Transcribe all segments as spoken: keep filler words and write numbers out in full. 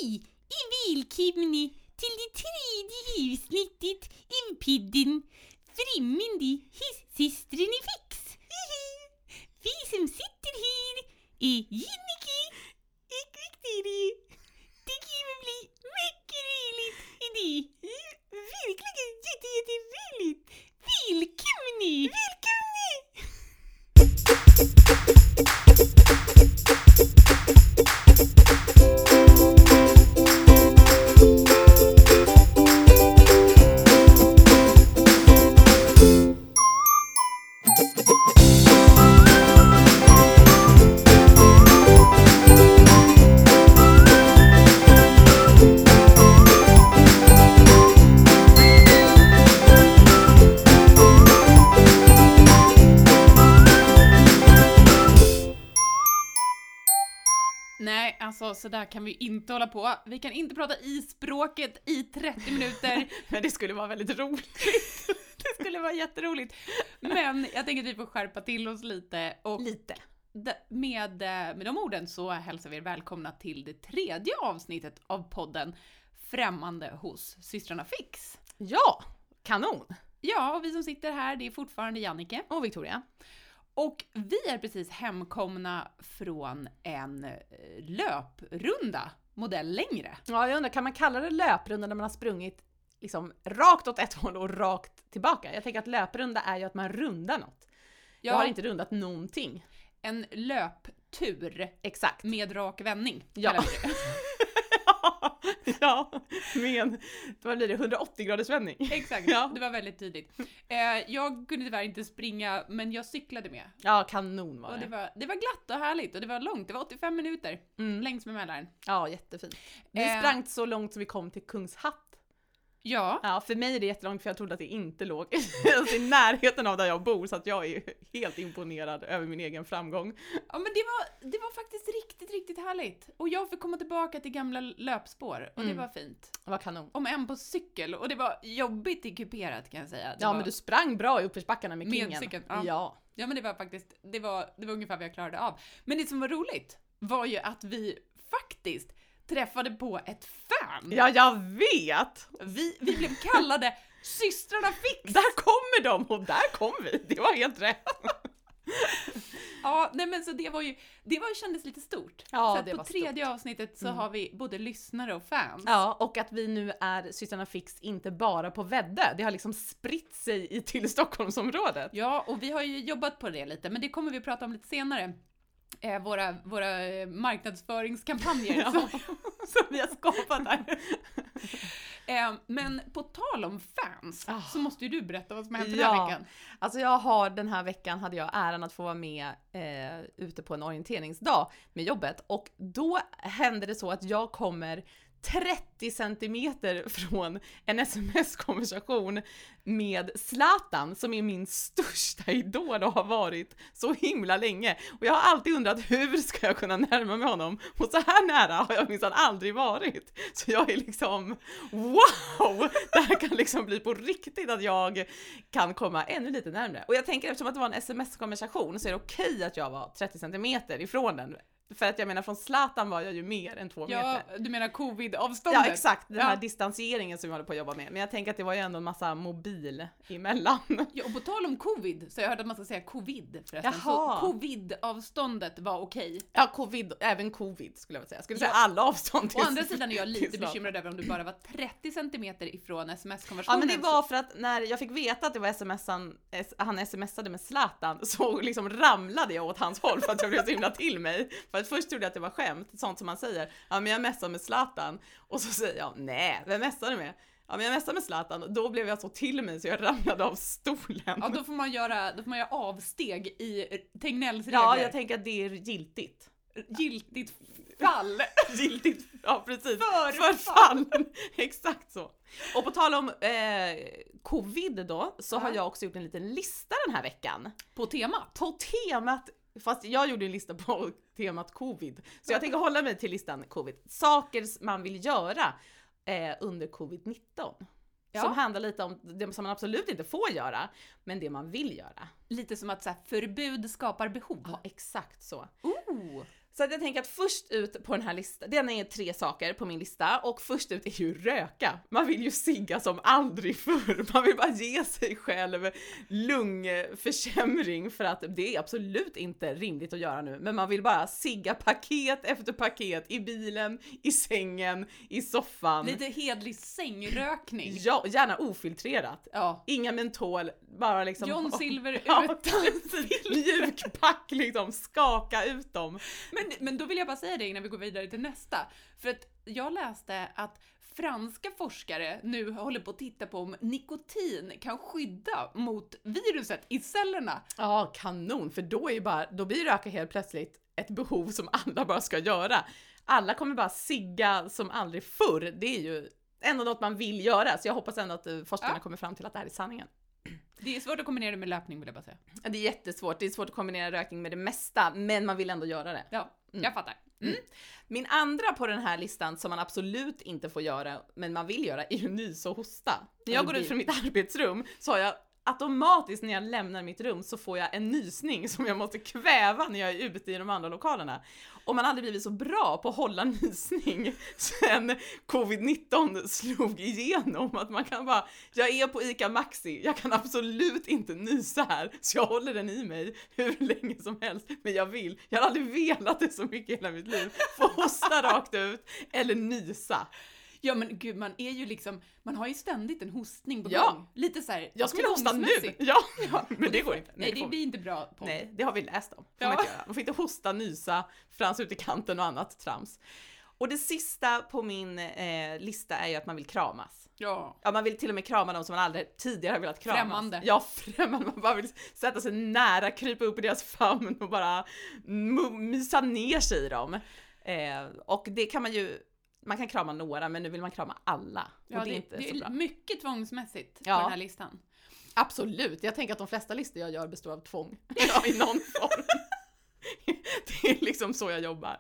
Hej och välkomna till det tredje avsnittet av podden Främmande hos systrarna Fix. Vi som sitter här är Jannike och Victoria. Det kommer bli mycket roligt idag. Verkligen jätte, jätte roligt. Välkomna! Välkomna! Nej, alltså så där kan vi inte hålla på. Vi kan inte prata i språket i trettio minuter. Men det skulle vara väldigt roligt. Det skulle vara jätteroligt. Men jag tänker att vi får skärpa till oss lite. Och Lite. d- med, med de orden så hälsar vi er välkomna till det tredje avsnittet av podden Främmande hos systrarna Fix. Ja, kanon. Ja, och vi som sitter här, det är fortfarande Jannike. Och Victoria. Och vi är precis hemkomna från en löprunda, modell längre. Ja, jag undrar, kan man kalla det löprunda när man har sprungit liksom rakt åt ett håll och rakt tillbaka? Jag tänker att löprunda är ju att man rundar något. Ja, Jag har inte rundat någonting. en löptur. Exakt. Med rak vändning. Ja. kallar vi det. Ja, men vad blir det? hundraåttio graders vändning. Exakt, Ja. det var väldigt tydligt. Eh, jag kunde tyvärr inte springa, men jag cyklade med. Ja, kanon var Och det. det var, det var glatt och härligt och det var långt. Det var åttiofem minuter Mm. längs med Mälaren. Ja, jättefint. Vi Eh. sprang så långt som vi kom till Kungshatt. Ja, Ja, för mig är det jättelångt för jag trodde att det inte låg alltså i närheten av där jag bor, så att jag är helt imponerad över min egen framgång. ja men det var, det var faktiskt riktigt, riktigt härligt. Och jag fick komma tillbaka till gamla löpspår och Mm. det var fint. Det var kanon. Om en på cykel och det var jobbigt i kuperat kan jag säga. Det Ja, var, men du sprang bra i uppförsbackarna med Med kingen. cykeln, ja. Ja. Ja men det var faktiskt, det var, det var ungefär vad jag klarade av. Men det som var roligt var ju att vi faktiskt träffade på ett fan. Ja, jag vet! Vi, vi blev kallade systrarna Fix. Där kommer de och där kom vi. Det var helt rätt. Ja, nej men så det var ju, det var, kändes lite stort. Ja, så att det på var tredje avsnittet så Mm. har vi både lyssnare och fans. Ja, och att vi nu är systrarna Fix inte bara på Väddö. Det har liksom spritt sig i till Stockholmsområdet. Ja, och vi har ju jobbat på det lite, men det kommer vi prata om lite senare. Eh, våra, våra eh, marknadsföringskampanjer Ja. som, som vi har skapat här. eh, men på tal om fans Ah. så måste ju du berätta vad som har hänt den Ja. här veckan. Alltså jag har den här veckan hade jag äran att få vara med eh, ute på en orienteringsdag med jobbet, och då hände det så att jag kommer trettio centimeter från en sms-konversation med Zlatan, som är min största idol och har varit så himla länge. Och jag har alltid undrat, hur ska jag kunna närma mig honom? Och så här nära har jag minst aldrig varit. Så jag är liksom, wow! Det här kan liksom bli på riktigt att jag kan komma ännu lite närmare. Och jag tänker, eftersom att det var en sms-konversation så är det okej att jag var trettio centimeter ifrån den. För att jag menar, från Zlatan var jag ju mer än två Ja, meter. du menar covid-avståndet? Ja, exakt. Den här Ja. distanseringen som vi håller på att jobba med. Men jag tänker att det var ju ändå en massa mobil emellan. Ja, och på tal om covid, så jag hörde att man ska säga covid förresten. Jaha. Så covid-avståndet var okej. Ja, covid, även covid skulle jag vilja säga. Jag skulle säga Ja. alla avstånd till Å andra sidan är jag till lite Zlatan. bekymrad över om du bara var trettio centimeter ifrån sms-konversationen. Ja, men det var för att när jag fick veta att det var smsan, han smsade med Zlatan, så liksom ramlade jag åt hans håll för att jag blev så himla till mig. För att först trodde jag att det var skämt, sånt som man säger. Ja, men jag messar med Zlatan. Och så säger jag, nej, vem messar du med? Ja, men jag messar med Zlatan. Och då blev jag så till mig så jag ramlade av stolen. Ja, då får man göra, då får man göra avsteg i Tegnells regler. Ja, jag tänker att det är giltigt. Giltigt fall. Giltigt, ja precis. Förfall. Förfall. Exakt så. Och på tal om eh, covid då, så Ja. har jag också gjort en liten lista den här veckan. På temat. På temat, fast jag gjorde en lista på temat covid. Så jag tänker hålla mig till listan covid. Saker man vill göra eh, under covid nitton. Ja. Som handlar lite om det som man absolut inte får göra, men det man vill göra. Lite som att så här, förbud skapar behov. Ja, exakt så. Oh. Så att jag tänker att först ut på den här listan, den är tre saker på min lista, och först ut är ju röka. Man vill ju sigga som aldrig förr. Man vill bara ge sig själv lungförsämring, för att det är absolut inte rimligt att göra nu. Men man vill bara sigga paket efter paket i bilen, i sängen, i soffan. Lite hedlig sängrökning. Ja, gärna ofiltrerat. Ja. Inga mentol, bara liksom... John Silver ja, utan mjukpack liksom, skaka ut dem. Men, men då vill jag bara säga det innan vi går vidare till nästa. För att jag läste att franska forskare nu håller på att titta på om nikotin kan skydda mot viruset i cellerna. Ja, kanon, för då är ju bara, då blir röka helt plötsligt ett behov som alla bara ska göra. Alla kommer bara sigga som aldrig förr. Det är ju ändå något man vill göra, så jag hoppas ändå att forskarna ja. kommer fram till att det här är sanningen. Det är svårt att kombinera det med löpning, vill jag bara säga. Det är jättesvårt. Det är svårt att kombinera rökning med det mesta, men man vill ändå göra det. Ja, mm. jag fattar. Mm. Mm. Min andra på den här listan som man absolut inte får göra, men man vill göra, är ju nys och hosta. När jag går ut från mitt arbetsrum så har jag automatiskt, när jag lämnar mitt rum, så får jag en nysning som jag måste kväva när jag är ute i de andra lokalerna. Och man hade blivit så bra på att hålla nysning sen covid nitton slog igenom, att man kan bara, jag är på Ica Maxi, jag kan absolut inte nysa här, så jag håller den i mig hur länge som helst, men jag vill, jag har aldrig velat det så mycket i hela mitt liv, få hosta rakt ut eller nysa. Ja, men gud, man är ju liksom, man har ju ständigt en hostning på ja. gång. Lite så här, jag skulle hosta nu. Ja, ja, men det går inte. Nej, det, det blir inte bra på. Nej, det har vi läst om. Får ja. man, inte göra. Man får inte hosta, nysa, frans ut i kanten och annat trams. Och det sista på min eh, lista är ju att man vill kramas. Ja. Ja, man vill till och med krama dem som man aldrig tidigare har velat kramas. Främmande. Ja, främmande. Man bara vill sätta sig nära, krypa upp i deras famn och bara mysa ner sig i dem. Eh, och det kan man ju, man kan krama några, men nu vill man krama alla. Ja, och det är det, inte det så bra. är mycket tvångsmässigt ja. på den här listan. Absolut. Jag tänker att de flesta listor jag gör består av tvång. Ja, i någon form. Det är liksom så jag jobbar.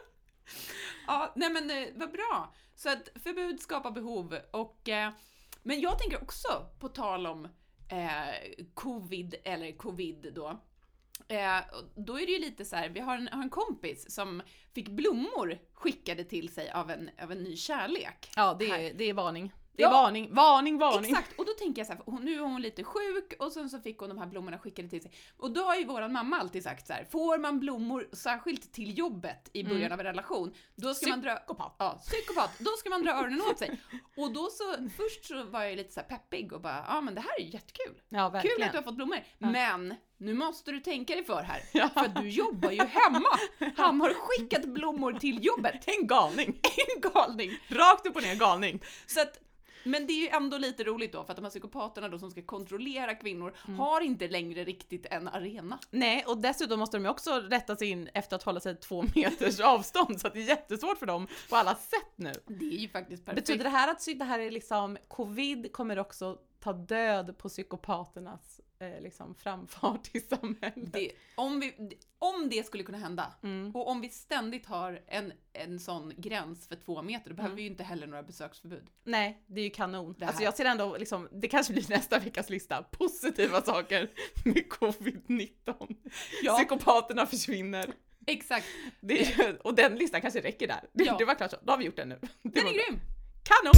Ja, nej men eh, vad bra. Så att förbud skapar behov. Och, eh, men jag tänker också, på tal om eh, covid eller covid då. Eh, då är det ju lite så här, vi har en, har en kompis som fick blommor skickade till sig av en, av en ny kärlek. Ja, det är, det är varning. Det är ja, varning, varning, varning. Exakt, och då tänker jag så här, nu är hon lite sjuk och sen så fick hon de här blommorna skickade till sig. Och då har ju våran mamma alltid sagt så här, får man blommor särskilt till jobbet i början mm. av en relation, då ska man dra... Psykopat. Ja, psykopat. Då ska man dra öronen åt sig. Och då så, först så var jag lite så här peppig och bara, ja men det här är jättekul. Ja, verkligen. Kul att du har fått blommor. Ja. Men nu måste du tänka dig för här. Ja. För att du jobbar ju hemma. Han har skickat blommor till jobbet. En galning. En galning. Rakt upp och ner galning. Så att, men det är ju ändå lite roligt då, för att de här psykopaterna då som ska kontrollera kvinnor mm. har inte längre riktigt en arena. Nej, och dessutom måste de ju också rätta sig in efter att hålla sig två meters avstånd, så att det är jättesvårt för dem på alla sätt nu. Det är ju faktiskt perfekt. Betyder det här att det här är liksom, covid kommer också ta död på psykopaternas eh, liksom framfart i samhället? Det, om, vi, om det skulle kunna hända, mm. och om vi ständigt har en, en sån gräns för två meter, då behöver mm. vi ju inte heller några besöksförbud. Nej, det är ju kanon. Det alltså jag ser ändå, liksom, det kanske blir nästa veckas lista, positiva saker med covid nitton. Ja. Psykopaterna försvinner. Exakt. Det är ju, och den listan kanske räcker där. Det, ja. det var klart så. Då har vi gjort den nu. Det den är grym. Kanon!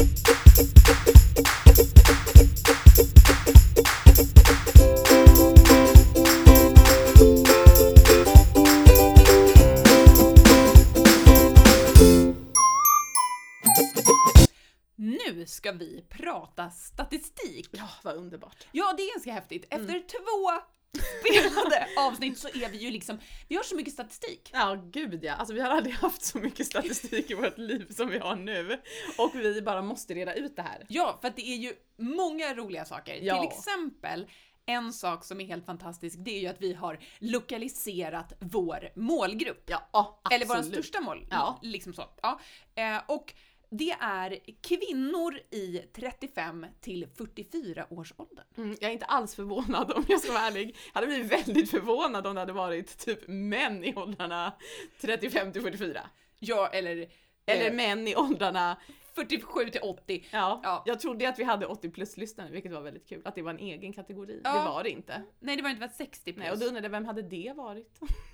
Nu ska vi prata statistik. Ja, vad underbart. Ja, det är ganska häftigt. Efter mm. två spelade avsnitt så är vi ju liksom, vi har så mycket statistik. Ja, gud ja. Alltså vi har aldrig haft så mycket statistik i vårt liv som vi har nu. Och vi bara måste reda ut det här. Ja, för att det är ju många roliga saker. Ja. Till exempel, en sak som är helt fantastisk, det är ju att vi har lokaliserat vår målgrupp. Ja, oh, eller vår största mål. Ja. Liksom så. Ja. Eh, och det är kvinnor i trettiofem till fyrtiofyra års ålder. Mm, jag är inte alls förvånad om jag ska vara ärlig. Jag hade blivit väldigt förvånad om det hade varit typ män i åldrarna trettiofem till fyrtiofyra. Ja, eller... Eller eh, män i åldrarna fyrtiosju till åttio. Ja, ja, jag trodde att vi hade åttio plus-lyssnare, vilket var väldigt kul. Att det var en egen kategori. Ja. Det var det inte. Nej, det var inte varit sextio plus. Nej, och då undrade vem hade det varit?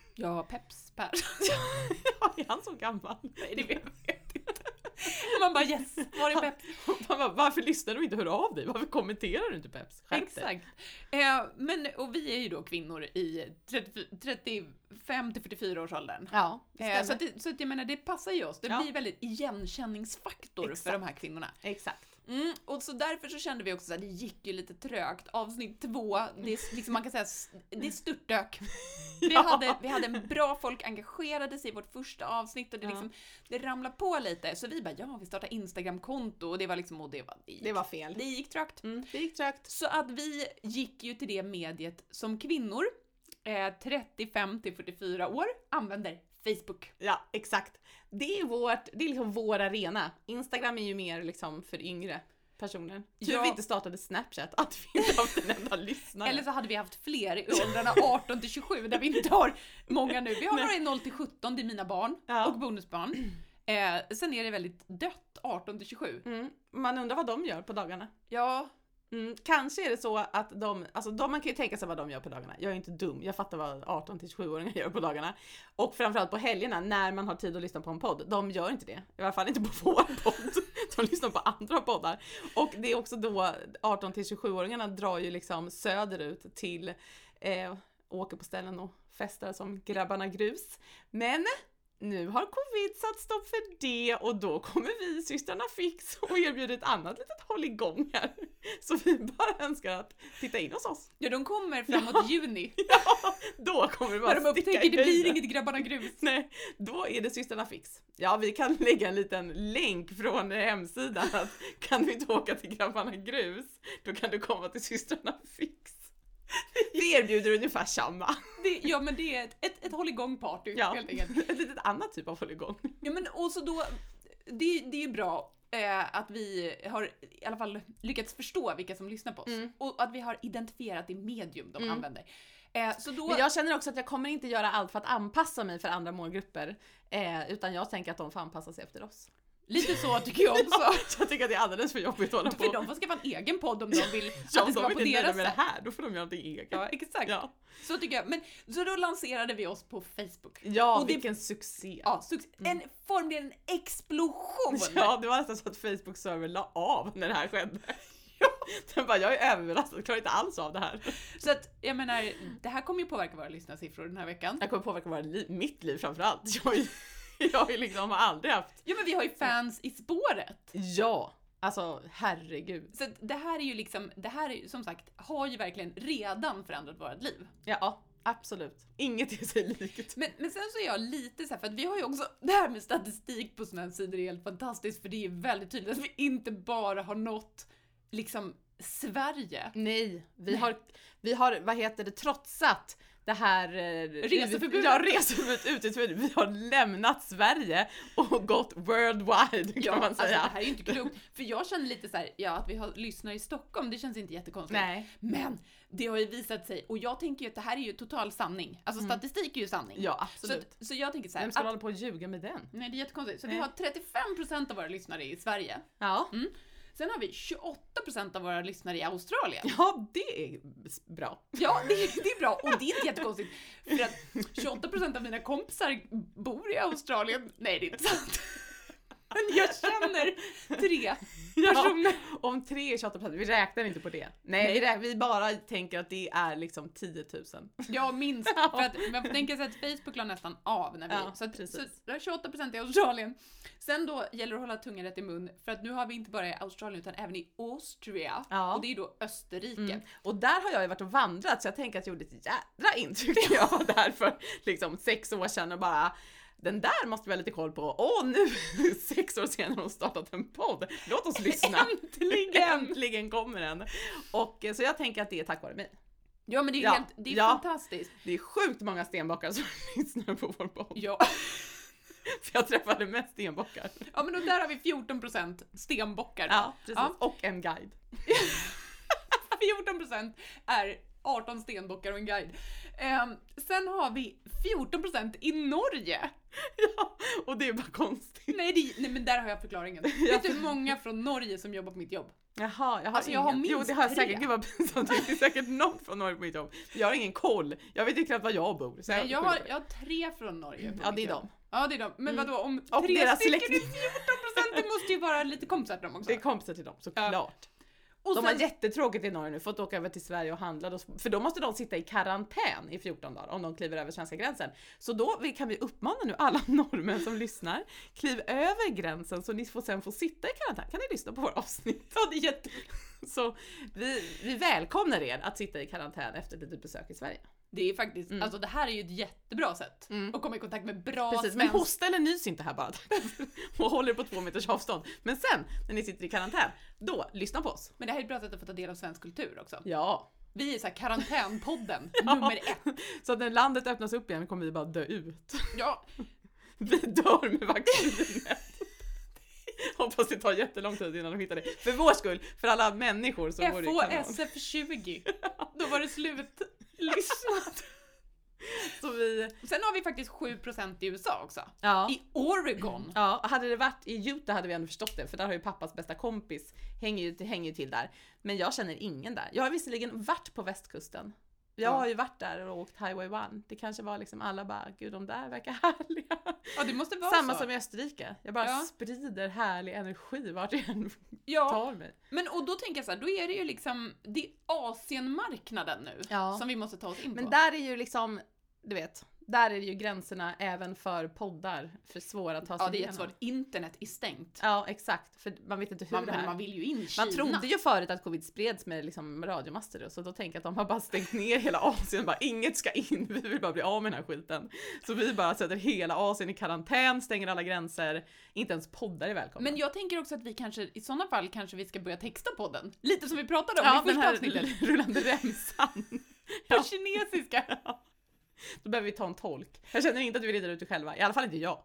Ja, Peps Per. Ja, är han så gammal? Nej, det vet jag inte. Man bara yes, var är Peps? Man bara, varför lyssnar du inte hör av dig? Varför kommenterar du inte Peps? Skärp dig. Exakt. Eh, men, och vi är ju då kvinnor i trettiofem till fyrtiofyra års åldern. Ja, eh, så, att det, så att jag menar, det passar ju oss. Det ja. blir väldigt igenkänningsfaktor Exakt. för de här kvinnorna. Exakt. Mm, och så därför så kände vi också att det gick ju lite trögt. Avsnitt två, det är liksom, man kan säga, det är störtdök. Vi, Ja. hade, vi hade en bra, folk engagerade sig i vårt första avsnitt och det, Ja. liksom, det ramlade på lite. Så vi bara, ja, vi startar Instagram-konto och det var liksom, och det var, det gick, Det var fel. det gick trögt. Mm, det gick trögt. Så att vi gick ju till det mediet som kvinnor, eh, trettiofem till fyrtiofyra år, använder Facebook. Ja, exakt. Det är, vårt, det är liksom vår arena. Instagram är ju mer liksom för yngre personer. Tur Ja. vi inte startade Snapchat, att vi inte haft en enda lyssnare. Eller så hade vi haft fler i åldrarna arton till tjugosju där vi inte har många nu. Vi har några i noll till sjutton, det är mina barn Ja. och bonusbarn. Eh, sen är det väldigt dött arton till tjugosju. Mm. Man undrar vad de gör på dagarna. Ja, Mm. Kanske är det så att de, alltså de, man kan ju tänka sig vad de gör på dagarna. Jag är inte dum, jag fattar vad arton till tjugosju-åringar gör på dagarna. Och framförallt på helgerna, när man har tid att lyssna på en podd. De gör inte det. I alla fall inte på vår podd. De lyssnar på andra poddar. Och det är också då arton till tjugosju-åringarna drar ju liksom söderut till, eh, åker på ställen och festar som grabbarna grus. Men nu har covid satt stopp för det och då kommer vi, systrarna Fix, och erbjuder ett annat litet hålligång här. Så vi bara önskar att titta in hos oss. ja de kommer framåt juni. Ja, då kommer det bara När de sticka upptäcker i det blir höjden. inget grabbarna grus. Nej, då är det systrarna Fix. Ja, vi kan lägga en liten länk från hemsidan att kan du inte åka till grabbarna grus, då kan du komma till systrarna Fix. Vi erbjuder ungefär samma. Det, ja men det är ett, ett, ett hålligång-party Ja, helt enkelt. ett litet annat typ av hålligång. Ja men och så då, det, det är ju bra eh, att vi har i alla fall lyckats förstå vilka som lyssnar på oss. Mm. Och att vi har identifierat det medium de Mm. använder. Eh, så då, Men jag känner också att jag kommer inte göra allt för att anpassa mig för andra målgrupper. Eh, utan jag tänker att de får anpassa sig efter oss. lite så tycker jag också. Ja, jag tycker att det är alldeles för jobbigt att hålla på. För de får skaffa en egen podd om de vill att Ja, det om ska de vara på inte är nöjda deras med det sätt. här, då får de göra någonting eget. Ja, exakt. Ja, Så tycker jag. Men så då lanserade vi oss på Facebook. ja Och det- vilken succé. Ja, succé. En formligen en explosion. Ja, det var nästan så att Facebook-server la av när det här skedde. Den bara, jag är överbelastad, klarar inte alls av det här. Så att, jag menar, det här kommer ju påverka våra lyssnarsiffror den här veckan. Jag kommer påverka våra liv, mitt liv framförallt. Jag, är- jag har ju liksom aldrig haft... Ja men vi har ju fans i spåret. Ja, alltså herregud. Så att det här är ju liksom, det här är ju som sagt, har ju verkligen redan förändrat vårt liv. Ja, absolut. Inget är sig likt. Men, men sen så är jag lite så här, för att vi har ju också, det här med statistik på såna här sidor är helt fantastiskt, för det är väldigt tydligt att vi inte bara har nått liksom Sverige. Nej, vi har, vi har, vad heter det, trotsat det här... eh, Reseförbudet. Ja, reseförbudet, utförbudet. Vi har lämnat Sverige och gått worldwide, kan Ja, man alltså det säga. här är ju inte klokt. För jag känner lite så här, ja att vi har lyssnare i Stockholm, det känns inte jättekonstigt. Nej. Men det har ju visat sig, och jag tänker ju att det här är ju total sanning. Alltså statistik är ju sanning. Ja, Så, absolut. att- så jag tänker så här, Vem ska att, hålla på och ljuga med den? nej det är jättekonstigt. Så vi Nej. har trettiofem procent av våra lyssnare i Sverige. Ja. Mm. Sen har vi tjugoåtta procent av våra lyssnare i Australien. Ja, det är bra. Ja, det, det är bra. Och det är inte jättekonstigt. För att tjugoåtta procent av mina kompisar bor i Australien. Nej, det är inte sant. Men jag känner tre personer. Ja, om tre är tjugoåtta procent, vi räknar inte på det. Nej, Nej. Vi, räknar, vi bara tänker att det är liksom tio tusen. Ja, minst. Ja. För att man får tänka sig att Facebook la nästan av när vi... Ja, så att, precis. så det är tjugoåtta procent i Australien. Sen då gäller det att hålla tungan rätt i mun. För att nu har vi inte bara i Australien utan även i Austria. Ja. Och det är då Österrike. Mm. Och där har jag ju varit och vandrat, så jag tänker att jag gjorde ett jädra intryck när jag var där för liksom sex år sedan och bara, den där måste vi ha lite koll på. Åh, nu sex år senare har hon startat en podd. Låt oss lyssna. Äntligen! Äntligen kommer den. Och eh, så jag tänker att det är tack vare mig. Ja, men det är, Ja. helt, det är Ja. fantastiskt. Det är sjukt många stenbockar som lyssnar på vår podd. Ja. För jag träffade mest stenbockar. Ja, men då där har vi fjorton procent stenbockar. Ja, precis. Ja. Och en guide. fjorton procent är arton stenbockar och en guide. Um, sen har vi fjorton procent i Norge. Ja, och det är bara konstigt. Nej, det, nej men där har jag förklaringen. Vet du hur många från Norge som jobbar på mitt jobb? Jaha, jag har Alltså, jag ingen. har minst Jo, det har jag tre. säkert. Gud vad pinsamt. Det är säkert någon från Norge på mitt jobb. Jag har ingen koll. Jag vet inte knappt var jag bor. Så Nej, jag, jag har, jag har tre från Norge på Ja, mitt det är jobb. dem. Ja, det är de. Men Mm. vadå, om Och tre deras stycken släkting. är fjorton procent, det måste ju vara lite kompisar till dem också. Det är kompisar till dem, såklart. Och De sen, har jättetråkigt i Norge nu, fått åka över till Sverige och handla. Då, för då måste de sitta i karantän i fjorton dagar om de kliver över svenska gränsen. Så då vi, kan vi uppmana nu alla norrmän som lyssnar, kliv över gränsen så ni får sen få sitta i karantän. Kan ni lyssna på våra avsnitt? ja, det är jätte... Så vi, vi välkomnar er att sitta i karantän efter ett litet besök i Sverige. Det är faktiskt, Mm. alltså det här är ju ett jättebra sätt Mm. att komma i kontakt med bra Precis, men svensk... hosta eller nys inte här bara. Och håller på två meters avstånd. Men sen, när ni sitter i karantän, då, lyssna på oss. Men det här är ett bra sätt att få ta del av svensk kultur också. Ja. Vi är så här karantänpodden, Ja. nummer ett. Så att när landet öppnas upp igen kommer vi bara dö ut. Ja, Vi dör med vaccinet. Hoppas det tar jättelång tid innan de hittar det. För vår skull, för alla människor så vore F det O kanon. S F tjugo. Då var det slut. Lyssnat. Så vi, Sen har vi faktiskt sju procent i U S A också. ja. I Oregon. Ja, hade det varit i Utah hade vi ändå förstått det, för där har ju pappas bästa kompis, hänger ju, hänger ju till där. Men jag känner ingen där. Jag har visserligen varit på västkusten. Jag Ja. har ju varit där och åkt Highway one. Det kanske var liksom alla bara, gud de där verkar härliga. Ja, det måste vara Samma så. som i Österrike. Jag bara Ja. sprider härlig energi vart jag än Ja, tar mig. men och då tänker jag så här, då är det ju liksom, det är Asienmarknaden nu Ja. som vi måste ta oss in Men på. där är ju liksom, du vet, där är ju gränserna även för poddar för svåra att ta sig Ja, det är igenom. jättesvårt. Internet är stängt. Ja, exakt. För man vet inte hur Man, det men här... man vill ju in i Kina. Man trodde ju förut att covid spreds med liksom radiomaster, så då tänker jag att de har bara stängt ner hela Asien, bara inget ska in, vi vill bara bli av med den här skiten. Så vi bara sätter hela Asien i karantän, stänger alla gränser, inte ens poddar är välkomna. Men jag tänker också att vi kanske, i sådana fall kanske vi ska börja texta podden. Lite som vi pratade om ja, i den första här avsnittet. rullande remsan. På Ja. kinesiska. Då behöver vi ta en tolk. Jag känner inte att vi rider ut det själva, i alla fall inte jag.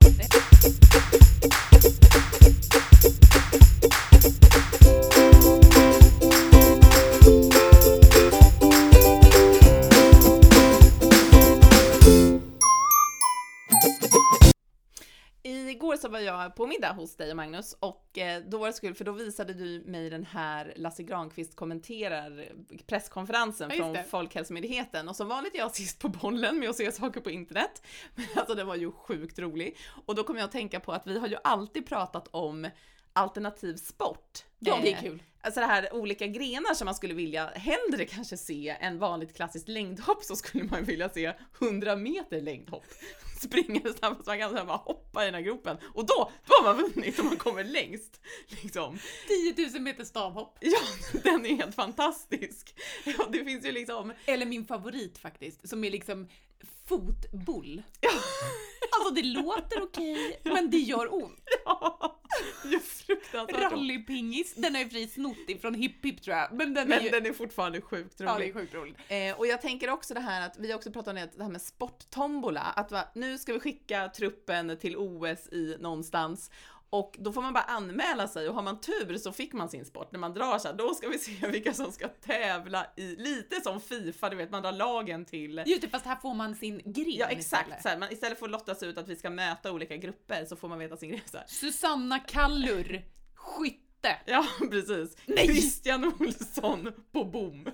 Igår så var jag på middag hos dig och Magnus, och eh, då var det så kul för då visade du mig den här Lasse Granqvist kommenterar presskonferensen Ja, just från det. Folkhälsomyndigheten, och så vanligt är jag sist på bollen med att se saker på internet, men alltså det var ju sjukt rolig. Och då kom jag att tänka på att vi har ju alltid pratat om alternativ sport. Ja, det är Eh, kul. Alltså det här olika grenar som man skulle vilja hellre kanske se än vanligt klassiskt längdhopp, så skulle man vilja se hundra meter längdhopp. Springa snabbt så man kan så här bara hoppa i den här gropen. Och då, då har man vunnit om man kommer längst. Liksom. tio tusen meter stavhopp. Ja, den är helt fantastisk. Ja, det finns ju liksom... Eller min favorit faktiskt, som är liksom fotboll. Alltså det låter okej, men det gör ont. Ja, det är fruktansvärt. Rallypingis, den är ju fri snott från Hipp Hipp tror jag. Men den är Men ju... den är fortfarande sjukt rolig. Ja, det är sjukt roligt. Eh, och jag tänker också det här att vi också pratar om det, det här med sporttombola, att va, nu ska vi skicka truppen till O S i någonstans, och då får man bara anmäla sig, och har man tur så fick man sin sport. När man drar så här, då ska vi se vilka som ska tävla i, lite som FIFA, du vet, man drar lagen till... Just det, fast här får man sin gren Ja, exakt. istället. Så här, man, istället för att lottas ut att vi ska möta olika grupper så får man veta sin grej så här. Susanna Kallur, skytte. Ja, precis. Nej. Christian Olsson på bom.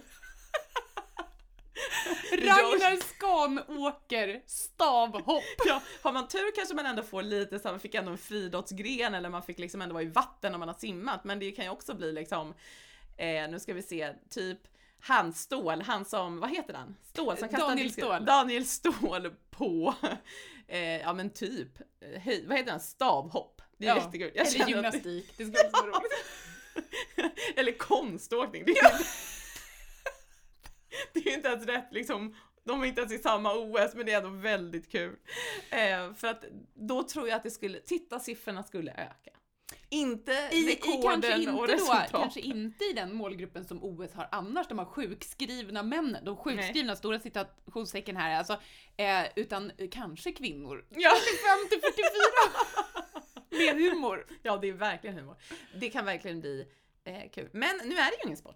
Ragnar Skanåker, stavhopp. Ja, har man tur kanske man ändå får lite så här, man fick ändå en friidrottsgren, eller man fick liksom ändå vara i vatten om man har simmat, men det kan ju också bli liksom eh, nu ska vi se, typ han Stål, han som, vad heter han? Stål som kastar Daniel disken. Stål. Daniel Stål på eh, ja men typ eh, höj, vad heter han? Stavhopp. Det är Ja, jättekul. Jag eller känner att gymnastik, det skulle också vara roligt. det, eller konståkning. Det är, inte, det är ju inte ens rätt liksom. De är inte ens i samma O S, men det är ändå väldigt kul. Eh, för att då tror jag att det skulle, tittarsiffrorna skulle öka. Inte I, i rekorden kanske inte och då, resultat. kanske inte i den målgruppen som O S har annars, de har sjukskrivna män, de sjukskrivna, stora citationstecken här, alltså, eh, utan eh, kanske kvinnor. Ja. fyrtiofem till fyrtiofyra med humor. Ja, det är verkligen humor. Det kan verkligen bli eh, kul. Men nu är det ju ingen sport.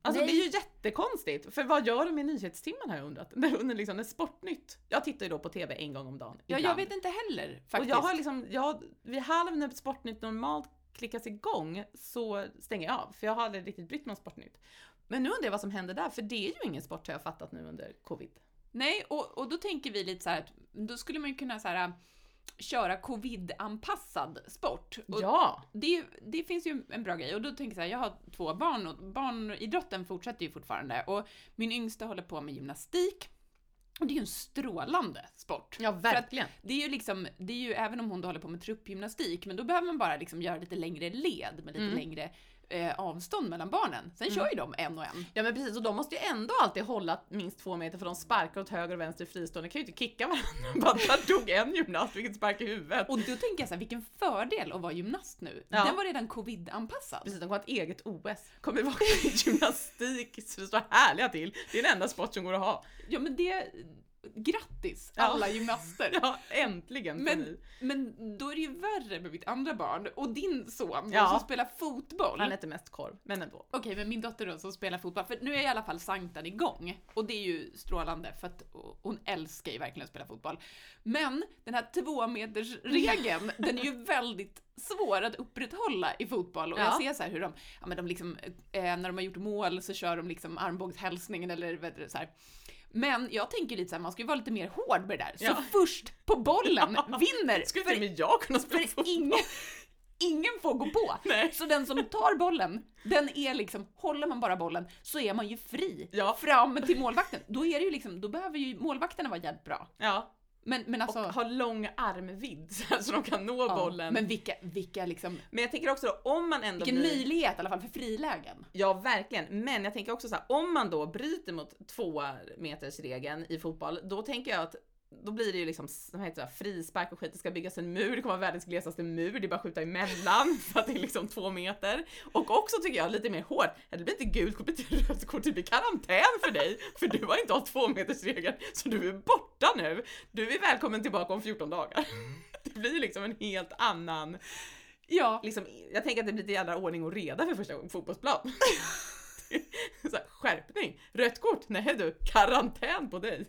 Alltså Nej. det är ju jättekonstigt. För vad gör de med nyhetstimmen har jag undrat. När, under liksom, när Sportnytt. Jag tittar ju då på tv en gång om dagen. Ja, ibland. jag vet inte heller faktiskt. Och jag har liksom, jag, vid halv när Sportnytt normalt klickas igång så stänger jag av. För jag har aldrig riktigt brytt mig om Sportnytt. Men nu undrar jag vad som händer där. För det är ju ingen sport har jag fattat nu under covid. Nej, och, och då tänker vi lite så här att då skulle man ju kunna så här köra covid-anpassad sport. Och Ja! det, det finns ju en bra grej. Och då tänker jag så här, jag har två barn och barnidrotten fortsätter ju fortfarande. Och min yngsta håller på med gymnastik. Och det är ju en strålande sport. Ja, verkligen. Det är ju liksom, det är ju även om hon då håller på med truppgymnastik, men då behöver man bara liksom göra lite längre led med lite Mm. längre eh, avstånd mellan barnen. Sen Mm. kör ju de en och en. Ja men precis, och de måste ju ändå alltid hålla minst två meter för de sparkar åt höger och vänster fristående. De kan ju inte kicka varandra. Bara där tog en gymnast, vilket spark i huvudet. Och då tänker jag så här, vilken fördel att vara gymnast nu. Ja. Den var redan covid-anpassad. Precis, de kommer ha ett eget O S. Kommer det vara gymnastik så det står härliga till. Det är den enda sport som går att ha. Ja, men det... Grattis Ja. alla gymnaster. Ja, äntligen får Men, ni. men då är det ju värre med mitt andra barn och din son Ja. som spelar fotboll. Han äter mest korv, men ändå. Okej, men min dotter då som spelar fotboll, för nu är i alla fall Sanktan igång och det är ju strålande för att hon älskar ju verkligen att spela fotboll. Men den här tvåmetersregeln, den är ju väldigt svår att upprätthålla i fotboll och Ja. jag ser så här hur de, ja men de liksom, eh, när de har gjort mål så kör de liksom armbågshälsningen eller vet du, så här. Men jag tänker lite så här, man ska ju vara lite mer hård med det där. Så Ja. först på bollen vinner. Skulle för inte med jag kunna spela för fotboll? ingen, ingen får gå på. Nej. Så den som tar bollen, den är liksom, håller man bara bollen så är man ju fri Ja. fram till målvakten. Då är det ju liksom, då behöver ju målvakterna vara jävligt bra. Ja, Men, men alltså... och ha lång armvidd så att de kan nå ja, bollen. Men vilka, vilka liksom... Men jag tänker också då, om man ändå Vilken blir... möjlighet i alla fall för frilägen. Ja, verkligen. Men jag tänker också så här, om man då bryter mot två meters regeln i fotboll, då tänker jag att då blir det ju liksom, vad heter det, frispark och skit, det ska byggas en mur, det kommer vara världens glesaste mur, det är bara att skjuta emellan för att det är liksom två meter. Och också tycker jag lite mer hårt, det blir inte gult kort, det blir inte rött kort, det blir karantän för dig, för du har inte hållit två meters regeln, så du är borta nu. Du är välkommen tillbaka om fjorton dagar. Det blir liksom en helt annan, Ja. liksom, jag tänker att det blir lite jävla ordning och reda för första gången på fotbollsplan. Så här, skärpning, rött kort, nej du, karantän på dig.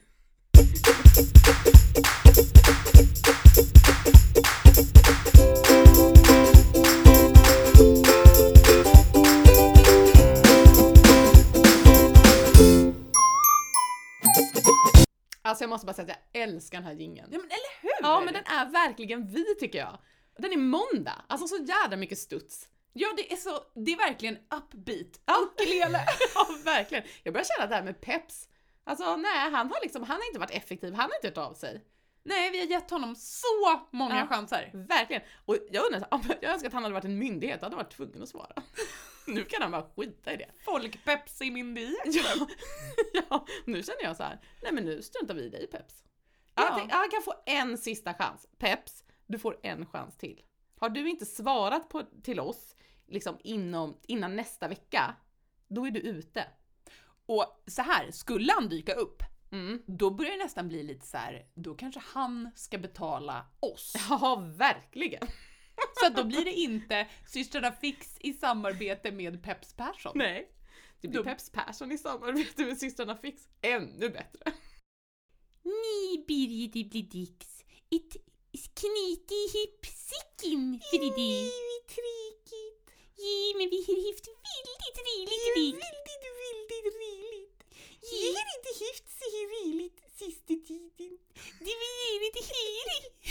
Alltså jag måste bara säga att jag älskar den här jingeln. Ja men eller hur? Ja men den är verkligen vi tycker jag. Den är måndag, alltså så jävla mycket studs. Ja det är så, det är verkligen upbeat. Ja. Ukulele. Ja verkligen. Jag börjar känna det här med peps. Alltså nej, han har liksom, han har inte varit effektiv, han har inte hört av sig. Nej, vi har gett honom så många Ja. chanser. Verkligen. Och jag undrar, jag önskar att han hade varit en myndighet, han hade varit tvungen att svara. Nu kan han bara skita i det. Folkpepsi-myndighet. Ja, ja, nu känner jag så här, nej men nu struntar vi i dig Peps. Ja. Jag tänk, han kan få en sista chans. Peps, du får en chans till. Har du inte svarat på, till oss liksom inom, innan nästa vecka, då är du ute. Och så här, skulle han dyka upp, Mm. då börjar det nästan bli lite så här, då kanske han ska betala oss. Ja, verkligen. Så att då blir det inte systrarna Fix i samarbete med Peps Persson. Nej. Det blir Då- Peps Persson i samarbete med systrarna Fix. Ännu bättre. Ni Birgit blir dix. Ett kniti hipsikin Fridi. Trikigt. Ja, men vi har haft väldigt roligt rik. Väldigt, väldigt roligt. Vi har inte haft så roligt sista tiden. Det var lite heligt.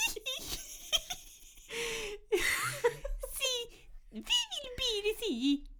Se, vi vill bara säga